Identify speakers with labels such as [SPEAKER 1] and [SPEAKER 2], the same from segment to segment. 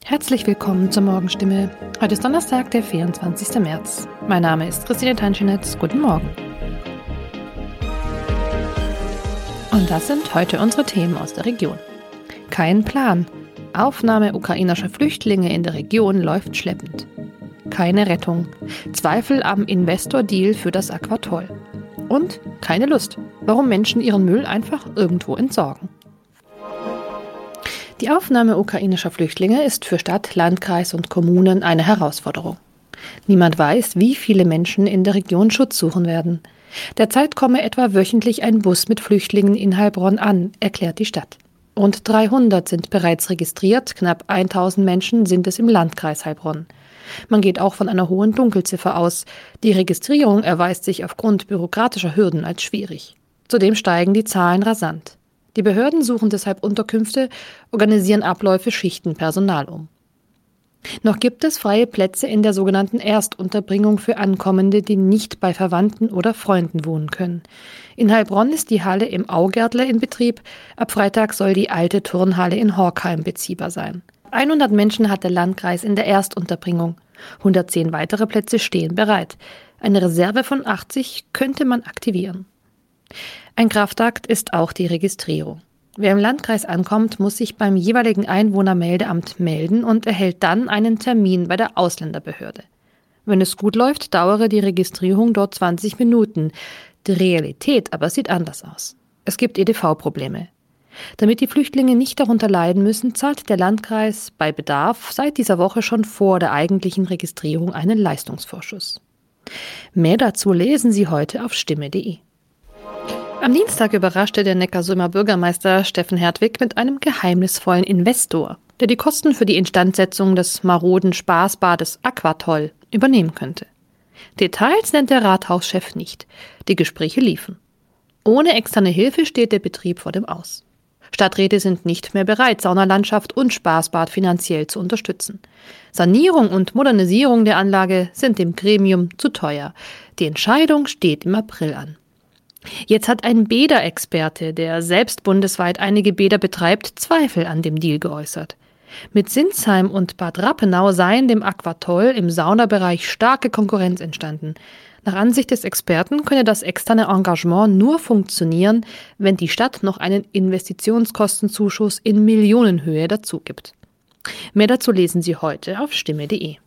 [SPEAKER 1] Herzlich willkommen zur Morgenstimme. Heute ist Donnerstag, der 24. März. Mein Name ist Christine Tanschinetz. Guten Morgen. Und das sind heute unsere Themen aus der Region. Kein Plan. Aufnahme ukrainischer Flüchtlinge in der Region läuft schleppend. Keine Rettung. Zweifel am Investor-Deal für das Aquatoll. Und keine Lust. Warum Menschen ihren Müll einfach irgendwo entsorgen. Die Aufnahme ukrainischer Flüchtlinge ist für Stadt, Landkreis und Kommunen eine Herausforderung. Niemand weiß, wie viele Menschen in der Region Schutz suchen werden. Derzeit komme etwa wöchentlich ein Bus mit Flüchtlingen in Heilbronn an, erklärt die Stadt. Rund 300 sind bereits registriert, knapp 1000 Menschen sind es im Landkreis Heilbronn. Man geht auch von einer hohen Dunkelziffer aus. Die Registrierung erweist sich aufgrund bürokratischer Hürden als schwierig. Zudem steigen die Zahlen rasant. Die Behörden suchen deshalb Unterkünfte, organisieren Abläufe, schichten Personal um. Noch gibt es freie Plätze in der sogenannten Erstunterbringung für Ankommende, die nicht bei Verwandten oder Freunden wohnen können. In Heilbronn ist die Halle im Augärtler in Betrieb. Ab Freitag soll die alte Turnhalle in Horkheim beziehbar sein. 100 Menschen hat der Landkreis in der Erstunterbringung. 110 weitere Plätze stehen bereit. Eine Reserve von 80 könnte man aktivieren. Ein Kraftakt ist auch die Registrierung. Wer im Landkreis ankommt, muss sich beim jeweiligen Einwohnermeldeamt melden und erhält dann einen Termin bei der Ausländerbehörde. Wenn es gut läuft, dauere die Registrierung dort 20 Minuten. Die Realität aber sieht anders aus. Es gibt EDV-Probleme. Damit die Flüchtlinge nicht darunter leiden müssen, zahlt der Landkreis bei Bedarf seit dieser Woche schon vor der eigentlichen Registrierung einen Leistungsvorschuss. Mehr dazu lesen Sie heute auf stimme.de. Am Dienstag überraschte der Neckarsulmer Bürgermeister Steffen Hertwig mit einem geheimnisvollen Investor, der die Kosten für die Instandsetzung des maroden Spaßbades Aquatoll übernehmen könnte. Details nennt der Rathauschef nicht. Die Gespräche liefen. Ohne externe Hilfe steht der Betrieb vor dem Aus. Stadträte sind nicht mehr bereit, Saunalandschaft und Spaßbad finanziell zu unterstützen. Sanierung und Modernisierung der Anlage sind dem Gremium zu teuer. Die Entscheidung steht im April an. Jetzt hat ein Bäderexperte, der selbst bundesweit einige Bäder betreibt, Zweifel an dem Deal geäußert. Mit Sinsheim und Bad Rappenau seien dem Aquatoll im Saunabereich starke Konkurrenz entstanden. Nach Ansicht des Experten könne das externe Engagement nur funktionieren, wenn die Stadt noch einen Investitionskostenzuschuss in Millionenhöhe dazu gibt. Mehr dazu lesen Sie heute auf stimme.de.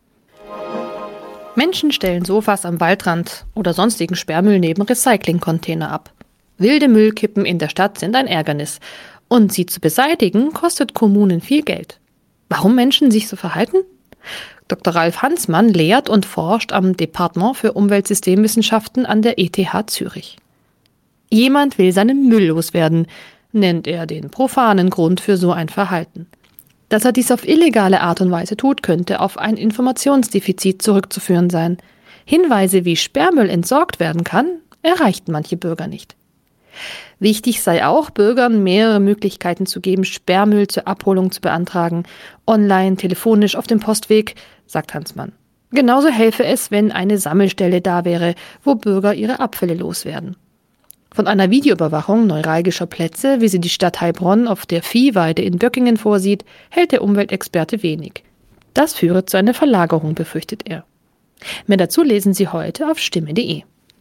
[SPEAKER 1] Menschen stellen Sofas am Waldrand oder sonstigen Sperrmüll neben Recyclingcontainer ab. Wilde Müllkippen in der Stadt sind ein Ärgernis. Und sie zu beseitigen, kostet Kommunen viel Geld. Warum Menschen sich so verhalten? Dr. Ralf Hansmann lehrt und forscht am Departement für Umweltsystemwissenschaften an der ETH Zürich. Jemand will seinen Müll loswerden, nennt er den profanen Grund für so ein Verhalten. Dass er dies auf illegale Art und Weise tut, könnte auf ein Informationsdefizit zurückzuführen sein. Hinweise, wie Sperrmüll entsorgt werden kann, erreichten manche Bürger nicht. Wichtig sei auch, Bürgern mehrere Möglichkeiten zu geben, Sperrmüll zur Abholung zu beantragen, online, telefonisch, auf dem Postweg, sagt Hansmann. Genauso helfe es, wenn eine Sammelstelle da wäre, wo Bürger ihre Abfälle loswerden. Von einer Videoüberwachung neuralgischer Plätze, wie sie die Stadt Heilbronn auf der Viehweide in Böckingen vorsieht, hält der Umweltexperte wenig. Das führe zu einer Verlagerung, befürchtet er. Mehr dazu lesen Sie heute auf stimme.de.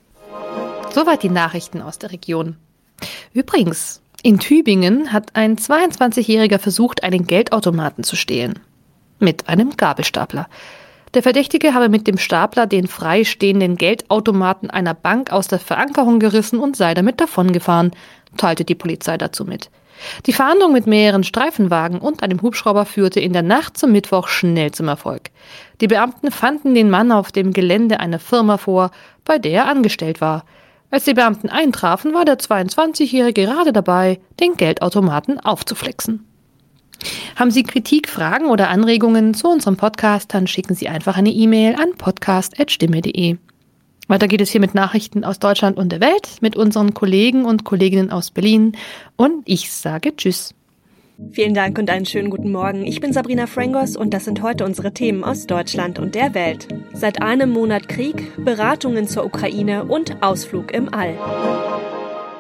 [SPEAKER 1] Soweit die Nachrichten aus der Region. Übrigens, in Tübingen hat ein 22-Jähriger versucht, einen Geldautomaten zu stehlen. Mit einem Gabelstapler. Der Verdächtige habe mit dem Stapler den freistehenden Geldautomaten einer Bank aus der Verankerung gerissen und sei damit davongefahren, teilte die Polizei dazu mit. Die Fahndung mit mehreren Streifenwagen und einem Hubschrauber führte in der Nacht zum Mittwoch schnell zum Erfolg. Die Beamten fanden den Mann auf dem Gelände einer Firma vor, bei der er angestellt war. Als die Beamten eintrafen, war der 22-Jährige gerade dabei, den Geldautomaten aufzuflexen. Haben Sie Kritik, Fragen oder Anregungen zu unserem Podcast, dann schicken Sie einfach eine E-Mail an podcast@stimme.de. Weiter geht es hier mit Nachrichten aus Deutschland und der Welt, mit unseren Kollegen und Kolleginnen aus Berlin. Und ich sage Tschüss.
[SPEAKER 2] Vielen Dank und einen schönen guten Morgen. Ich bin Sabrina Frangos und das sind heute unsere Themen aus Deutschland und der Welt. Seit einem Monat Krieg, Beratungen zur Ukraine und Ausflug im All.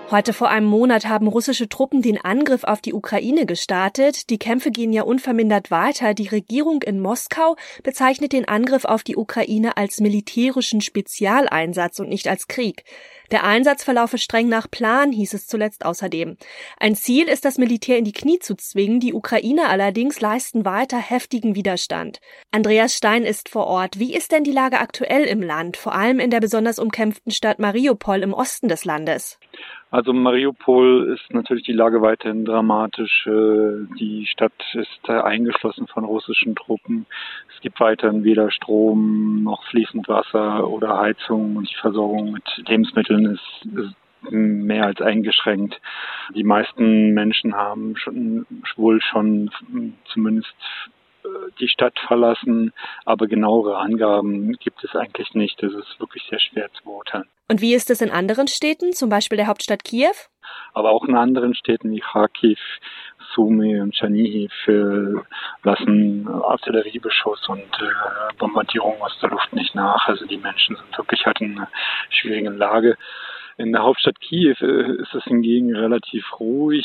[SPEAKER 2] Heute vor einem Monat haben russische Truppen den Angriff auf die Ukraine gestartet. Die Kämpfe gehen ja unvermindert weiter. Die Regierung in Moskau bezeichnet den Angriff auf die Ukraine als militärischen Spezialeinsatz und nicht als Krieg. Der Einsatz verlaufe streng nach Plan, hieß es zuletzt außerdem. Ein Ziel ist, das Militär in die Knie zu zwingen. Die Ukrainer allerdings leisten weiter heftigen Widerstand. Andreas Stein ist vor Ort. Wie ist denn die Lage aktuell im Land, vor allem in der besonders umkämpften Stadt Mariupol im Osten des Landes?
[SPEAKER 3] Also Mariupol ist natürlich die Lage weiterhin dramatisch. Die Stadt ist eingeschlossen von russischen Truppen. Es gibt weiterhin weder Strom noch fließend Wasser oder Heizung und die Versorgung mit Lebensmitteln ist mehr als eingeschränkt. Die meisten Menschen haben wohl schon zumindest die Stadt verlassen, aber genauere Angaben gibt es eigentlich nicht. Das ist wirklich sehr schwer zu beurteilen.
[SPEAKER 2] Und wie ist es in anderen Städten, zum Beispiel der Hauptstadt Kiew?
[SPEAKER 3] Aber auch in anderen Städten wie Kharkiv, Sumy und Tschernihiv lassen Artilleriebeschuss und Bombardierung aus der Luft nicht nach. Also die Menschen sind wirklich halt in einer schwierigen Lage. In der Hauptstadt Kiew ist es hingegen relativ ruhig,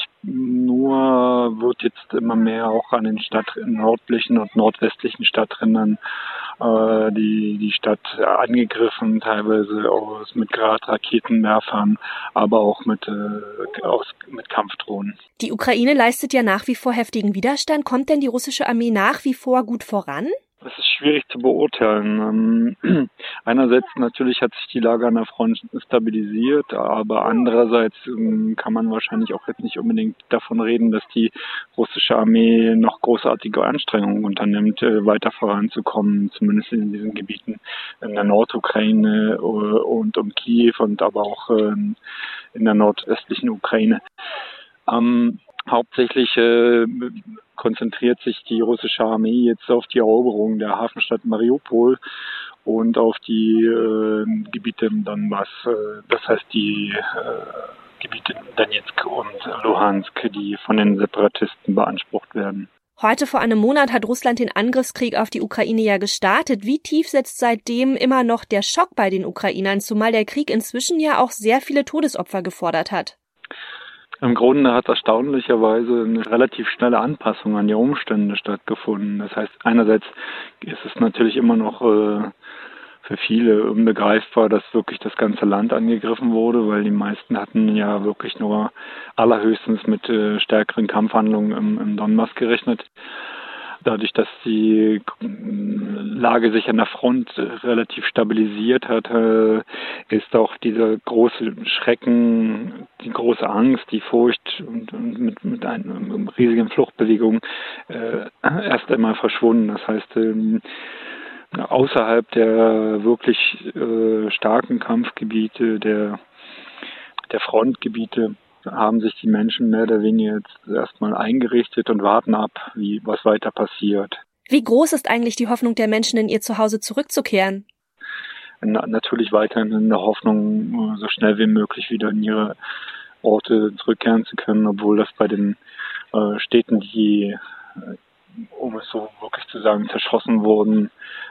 [SPEAKER 3] nur wird jetzt immer mehr auch an den nördlichen und nordwestlichen Stadträndern die Stadt angegriffen, teilweise mit Raketenwerfern, aber auch mit Kampfdrohnen.
[SPEAKER 2] Die Ukraine leistet ja nach wie vor heftigen Widerstand. Kommt denn die russische Armee nach wie vor gut voran?
[SPEAKER 3] Das ist schwierig zu beurteilen. Einerseits natürlich hat sich die Lage an der Front stabilisiert, aber andererseits kann man wahrscheinlich auch jetzt nicht unbedingt davon reden, dass die russische Armee noch großartige Anstrengungen unternimmt, weiter voranzukommen, zumindest in diesen Gebieten in der Nordukraine und um Kiew und aber auch in der nordöstlichen Ukraine. Hauptsächlich konzentriert sich die russische Armee jetzt auf die Eroberung der Hafenstadt Mariupol und auf die Gebiete im Donbass, das heißt die Gebiete Donetsk und Luhansk, die von den Separatisten beansprucht werden.
[SPEAKER 2] Heute vor einem Monat hat Russland den Angriffskrieg auf die Ukraine ja gestartet. Wie tief setzt seitdem immer noch der Schock bei den Ukrainern, zumal der Krieg inzwischen ja auch sehr viele Todesopfer gefordert hat?
[SPEAKER 3] Im Grunde hat erstaunlicherweise eine relativ schnelle Anpassung an die Umstände stattgefunden. Das heißt, einerseits ist es natürlich immer noch für viele unbegreifbar, dass wirklich das ganze Land angegriffen wurde, weil die meisten hatten ja wirklich nur allerhöchstens mit stärkeren Kampfhandlungen im Donbass gerechnet. Dadurch, dass die Lage sich an der Front relativ stabilisiert hat, ist auch dieser große Schrecken, die große Angst, die Furcht und mit einer riesigen Fluchtbewegung erst einmal verschwunden. Das heißt, außerhalb der wirklich starken Kampfgebiete, der Frontgebiete, haben sich die Menschen mehr oder weniger jetzt erstmal eingerichtet und warten ab, was weiter passiert.
[SPEAKER 2] Wie groß ist eigentlich die Hoffnung der Menschen, in ihr Zuhause zurückzukehren?
[SPEAKER 3] Natürlich weiterhin in der Hoffnung, so schnell wie möglich wieder in ihre Orte zurückkehren zu können, obwohl das bei den Städten, die, um es so wirklich zu sagen, zerschossen wurden,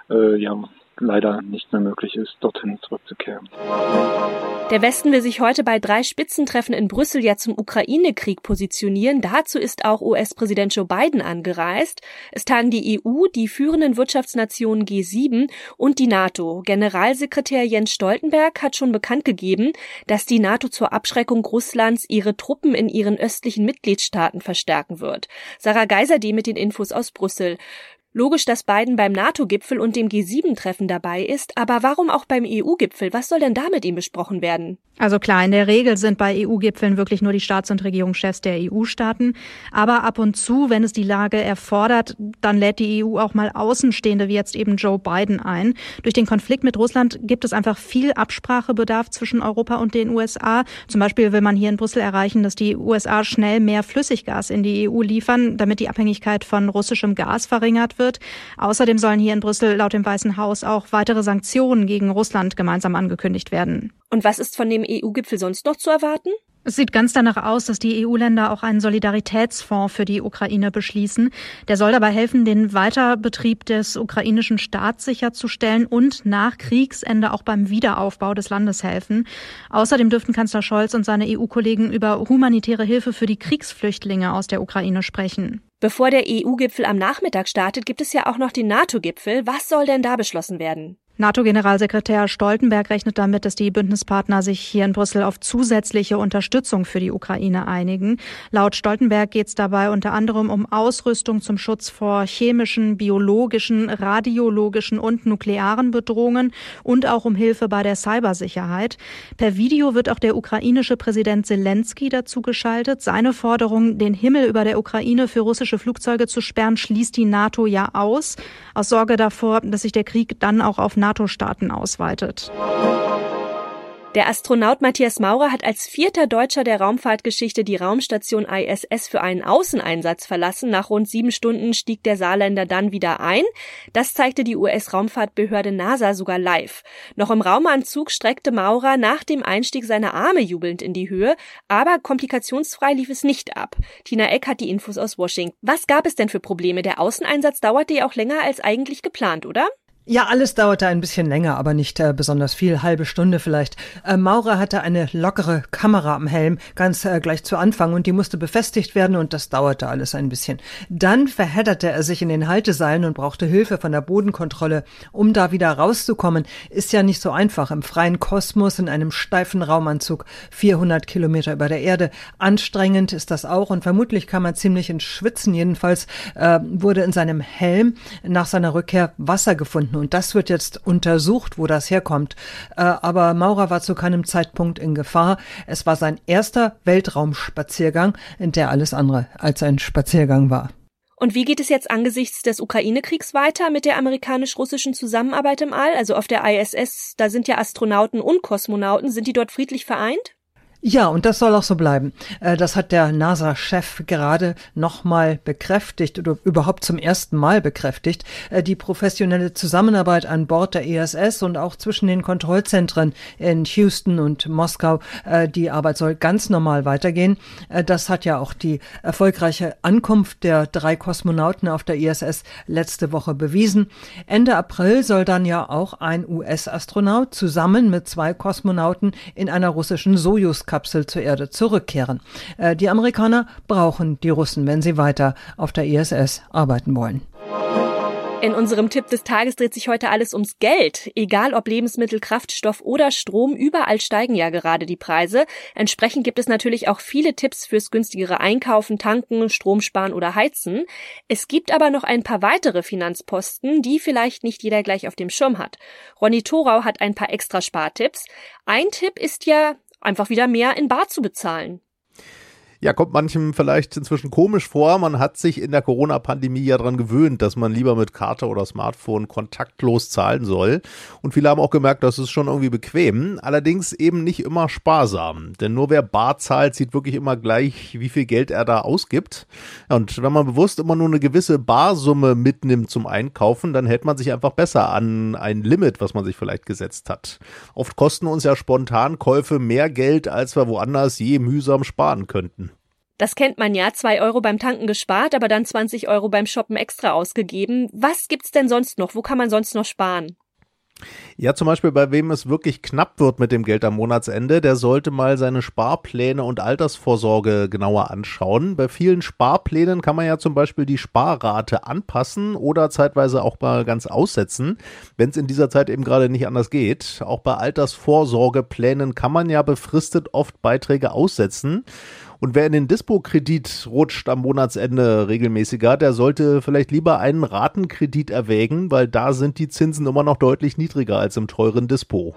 [SPEAKER 3] leider nicht mehr möglich ist, dorthin zurückzukehren.
[SPEAKER 2] Der Westen will sich heute bei 3 Spitzentreffen in Brüssel ja zum Ukraine-Krieg positionieren. Dazu ist auch US-Präsident Joe Biden angereist. Es tagen die EU, die führenden Wirtschaftsnationen G7 und die NATO. Generalsekretär Jens Stoltenberg hat schon bekannt gegeben, dass die NATO zur Abschreckung Russlands ihre Truppen in ihren östlichen Mitgliedstaaten verstärken wird. Sarah Geiserde mit den Infos aus Brüssel. Logisch, dass Biden beim NATO-Gipfel und dem G7-Treffen dabei ist, aber warum auch beim EU-Gipfel? Was soll denn da mit ihm besprochen werden?
[SPEAKER 4] Also klar, in der Regel sind bei EU-Gipfeln wirklich nur die Staats- und Regierungschefs der EU-Staaten. Aber ab und zu, wenn es die Lage erfordert, dann lädt die EU auch mal Außenstehende, wie jetzt eben Joe Biden, ein. Durch den Konflikt mit Russland gibt es einfach viel Absprachebedarf zwischen Europa und den USA. Zum Beispiel will man hier in Brüssel erreichen, dass die USA schnell mehr Flüssiggas in die EU liefern, damit die Abhängigkeit von russischem Gas verringert wird. Außerdem sollen hier in Brüssel laut dem Weißen Haus auch weitere Sanktionen gegen Russland gemeinsam angekündigt werden.
[SPEAKER 2] Und was ist von dem EU-Gipfel sonst noch zu erwarten?
[SPEAKER 4] Es sieht ganz danach aus, dass die EU-Länder auch einen Solidaritätsfonds für die Ukraine beschließen. Der soll dabei helfen, den Weiterbetrieb des ukrainischen Staats sicherzustellen und nach Kriegsende auch beim Wiederaufbau des Landes helfen. Außerdem dürften Kanzler Scholz und seine EU-Kollegen über humanitäre Hilfe für die Kriegsflüchtlinge aus der Ukraine sprechen.
[SPEAKER 2] Bevor der EU-Gipfel am Nachmittag startet, gibt es ja auch noch den NATO-Gipfel. Was soll denn da beschlossen werden?
[SPEAKER 4] NATO-Generalsekretär Stoltenberg rechnet damit, dass die Bündnispartner sich hier in Brüssel auf zusätzliche Unterstützung für die Ukraine einigen. Laut Stoltenberg geht es dabei unter anderem um Ausrüstung zum Schutz vor chemischen, biologischen, radiologischen und nuklearen Bedrohungen und auch um Hilfe bei der Cybersicherheit. Per Video wird auch der ukrainische Präsident Zelensky dazu geschaltet. Seine Forderung, den Himmel über der Ukraine für russische Flugzeuge zu sperren, schließt die NATO ja aus Sorge davor, dass sich der Krieg dann auch auf NATO-Staaten ausweitet.
[SPEAKER 2] Der Astronaut Matthias Maurer hat als 4. Deutscher der Raumfahrtgeschichte die Raumstation ISS für einen Außeneinsatz verlassen. Nach rund 7 Stunden stieg der Saarländer dann wieder ein. Das zeigte die US-Raumfahrtbehörde NASA sogar live. Noch im Raumanzug streckte Maurer nach dem Einstieg seine Arme jubelnd in die Höhe, aber komplikationsfrei lief es nicht ab. Tina Eck hat die Infos aus Washington. Was gab es denn für Probleme? Der Außeneinsatz dauerte ja auch länger als eigentlich geplant, oder?
[SPEAKER 5] Ja, alles dauerte ein bisschen länger, aber nicht besonders viel, halbe Stunde vielleicht. Maurer hatte eine lockere Kamera am Helm, ganz gleich zu Anfang, und die musste befestigt werden, und das dauerte alles ein bisschen. Dann verhedderte er sich in den Halteseilen und brauchte Hilfe von der Bodenkontrolle, um da wieder rauszukommen. Ist ja nicht so einfach im freien Kosmos in einem steifen Raumanzug, 400 Kilometer über der Erde. Anstrengend ist das auch, und vermutlich kam er ziemlich ins Schwitzen. Jedenfalls wurde in seinem Helm nach seiner Rückkehr Wasser gefunden. Und das wird jetzt untersucht, wo das herkommt. Aber Maurer war zu keinem Zeitpunkt in Gefahr. Es war sein erster Weltraumspaziergang, in der alles andere als ein Spaziergang war.
[SPEAKER 2] Und wie geht es jetzt angesichts des Ukraine-Kriegs weiter mit der amerikanisch-russischen Zusammenarbeit im All? Also auf der ISS, da sind ja Astronauten und Kosmonauten. Sind die dort friedlich vereint?
[SPEAKER 5] Ja, und das soll auch so bleiben. Das hat der NASA-Chef gerade nochmal bekräftigt oder überhaupt zum ersten Mal bekräftigt. Die professionelle Zusammenarbeit an Bord der ISS und auch zwischen den Kontrollzentren in Houston und Moskau, die Arbeit soll ganz normal weitergehen. Das hat ja auch die erfolgreiche Ankunft der 3 Kosmonauten auf der ISS letzte Woche bewiesen. Ende April soll dann ja auch ein US-Astronaut zusammen mit 2 Kosmonauten in einer russischen Sojus-Kapsel zur Erde zurückkehren. Die Amerikaner brauchen die Russen, wenn sie weiter auf der ISS arbeiten wollen.
[SPEAKER 2] In unserem Tipp des Tages dreht sich heute alles ums Geld. Egal ob Lebensmittel, Kraftstoff oder Strom, überall steigen ja gerade die Preise. Entsprechend gibt es natürlich auch viele Tipps fürs günstigere Einkaufen, Tanken, Strom sparen oder heizen. Es gibt aber noch ein paar weitere Finanzposten, die vielleicht nicht jeder gleich auf dem Schirm hat. Ronny Thorau hat ein paar extra Spartipps. Ein Tipp ist ja, einfach wieder mehr in bar zu bezahlen.
[SPEAKER 6] Ja, kommt manchem vielleicht inzwischen komisch vor. Man hat sich in der Corona-Pandemie ja daran gewöhnt, dass man lieber mit Karte oder Smartphone kontaktlos zahlen soll. Und viele haben auch gemerkt, das ist schon irgendwie bequem. Allerdings eben nicht immer sparsam. Denn nur wer bar zahlt, sieht wirklich immer gleich, wie viel Geld er da ausgibt. Und wenn man bewusst immer nur eine gewisse Barsumme mitnimmt zum Einkaufen, dann hält man sich einfach besser an ein Limit, was man sich vielleicht gesetzt hat. Oft kosten uns ja Spontankäufe mehr Geld, als wir woanders je mühsam sparen könnten.
[SPEAKER 2] Das kennt man ja, 2 Euro beim Tanken gespart, aber dann 20 Euro beim Shoppen extra ausgegeben. Was gibt's denn sonst noch? Wo kann man sonst noch sparen?
[SPEAKER 6] Ja, zum Beispiel bei wem es wirklich knapp wird mit dem Geld am Monatsende, der sollte mal seine Sparpläne und Altersvorsorge genauer anschauen. Bei vielen Sparplänen kann man ja zum Beispiel die Sparrate anpassen oder zeitweise auch mal ganz aussetzen, wenn es in dieser Zeit eben gerade nicht anders geht. Auch bei Altersvorsorgeplänen kann man ja befristet oft Beiträge aussetzen. Und wer in den Dispo-Kredit rutscht am Monatsende regelmäßiger, der sollte vielleicht lieber einen Ratenkredit erwägen, weil da sind die Zinsen immer noch deutlich niedriger als im teuren Dispo.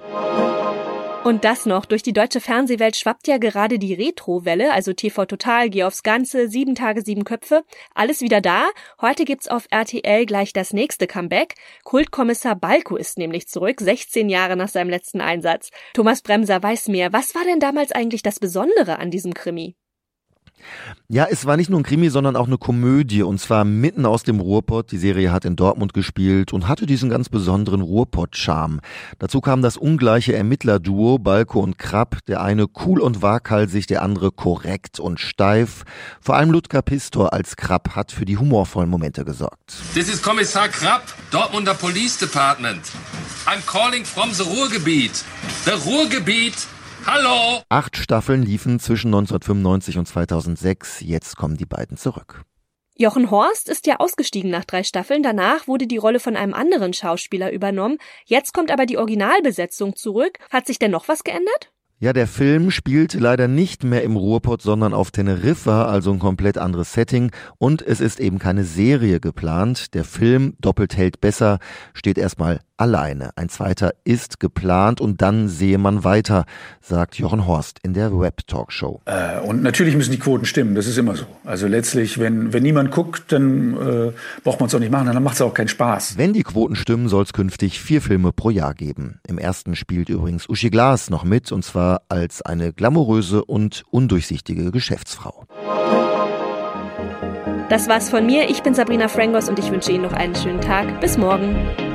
[SPEAKER 2] Und das noch, durch die deutsche Fernsehwelt schwappt ja gerade die Retro-Welle, also TV Total, Geh aufs Ganze, 7 Tage, 7 Köpfe, alles wieder da. Heute gibt's auf RTL gleich das nächste Comeback. Kultkommissar Balko ist nämlich zurück, 16 Jahre nach seinem letzten Einsatz. Thomas Bremser weiß mehr. Was war denn damals eigentlich das Besondere an diesem Krimi?
[SPEAKER 7] Ja, es war nicht nur ein Krimi, sondern auch eine Komödie, und zwar mitten aus dem Ruhrpott. Die Serie hat in Dortmund gespielt und hatte diesen ganz besonderen Ruhrpott-Charme. Dazu kam das ungleiche Ermittlerduo Balko und Krapp, der eine cool und waghalsig, der andere korrekt und steif. Vor allem Ludger Pistor als Krapp hat für die humorvollen Momente gesorgt.
[SPEAKER 8] This is Kommissar Krapp, Dortmunder Police Department. I'm calling from the Ruhrgebiet. The Ruhrgebiet. Hallo!
[SPEAKER 7] 8 Staffeln liefen zwischen 1995 und 2006. Jetzt kommen die beiden zurück.
[SPEAKER 2] Jochen Horst ist ja ausgestiegen nach 3 Staffeln. Danach wurde die Rolle von einem anderen Schauspieler übernommen. Jetzt kommt aber die Originalbesetzung zurück. Hat sich denn noch was geändert?
[SPEAKER 7] Ja, der Film spielt leider nicht mehr im Ruhrpott, sondern auf Teneriffa, also ein komplett anderes Setting. Und es ist eben keine Serie geplant. Der Film Doppelt hält besser steht erstmal alleine. Ein zweiter ist geplant und dann sehe man weiter, sagt Jochen Horst in der Web-Talkshow.
[SPEAKER 9] Und natürlich müssen die Quoten stimmen, das ist immer so. Also letztlich, wenn niemand guckt, dann braucht man es auch nicht machen, dann macht es auch keinen Spaß.
[SPEAKER 7] Wenn die Quoten stimmen, soll es künftig 4 Filme pro Jahr geben. Im ersten spielt übrigens Uschi Glas noch mit, und zwar als eine glamouröse und undurchsichtige Geschäftsfrau.
[SPEAKER 2] Das war's von mir. Ich bin Sabrina Frangos und ich wünsche Ihnen noch einen schönen Tag. Bis morgen.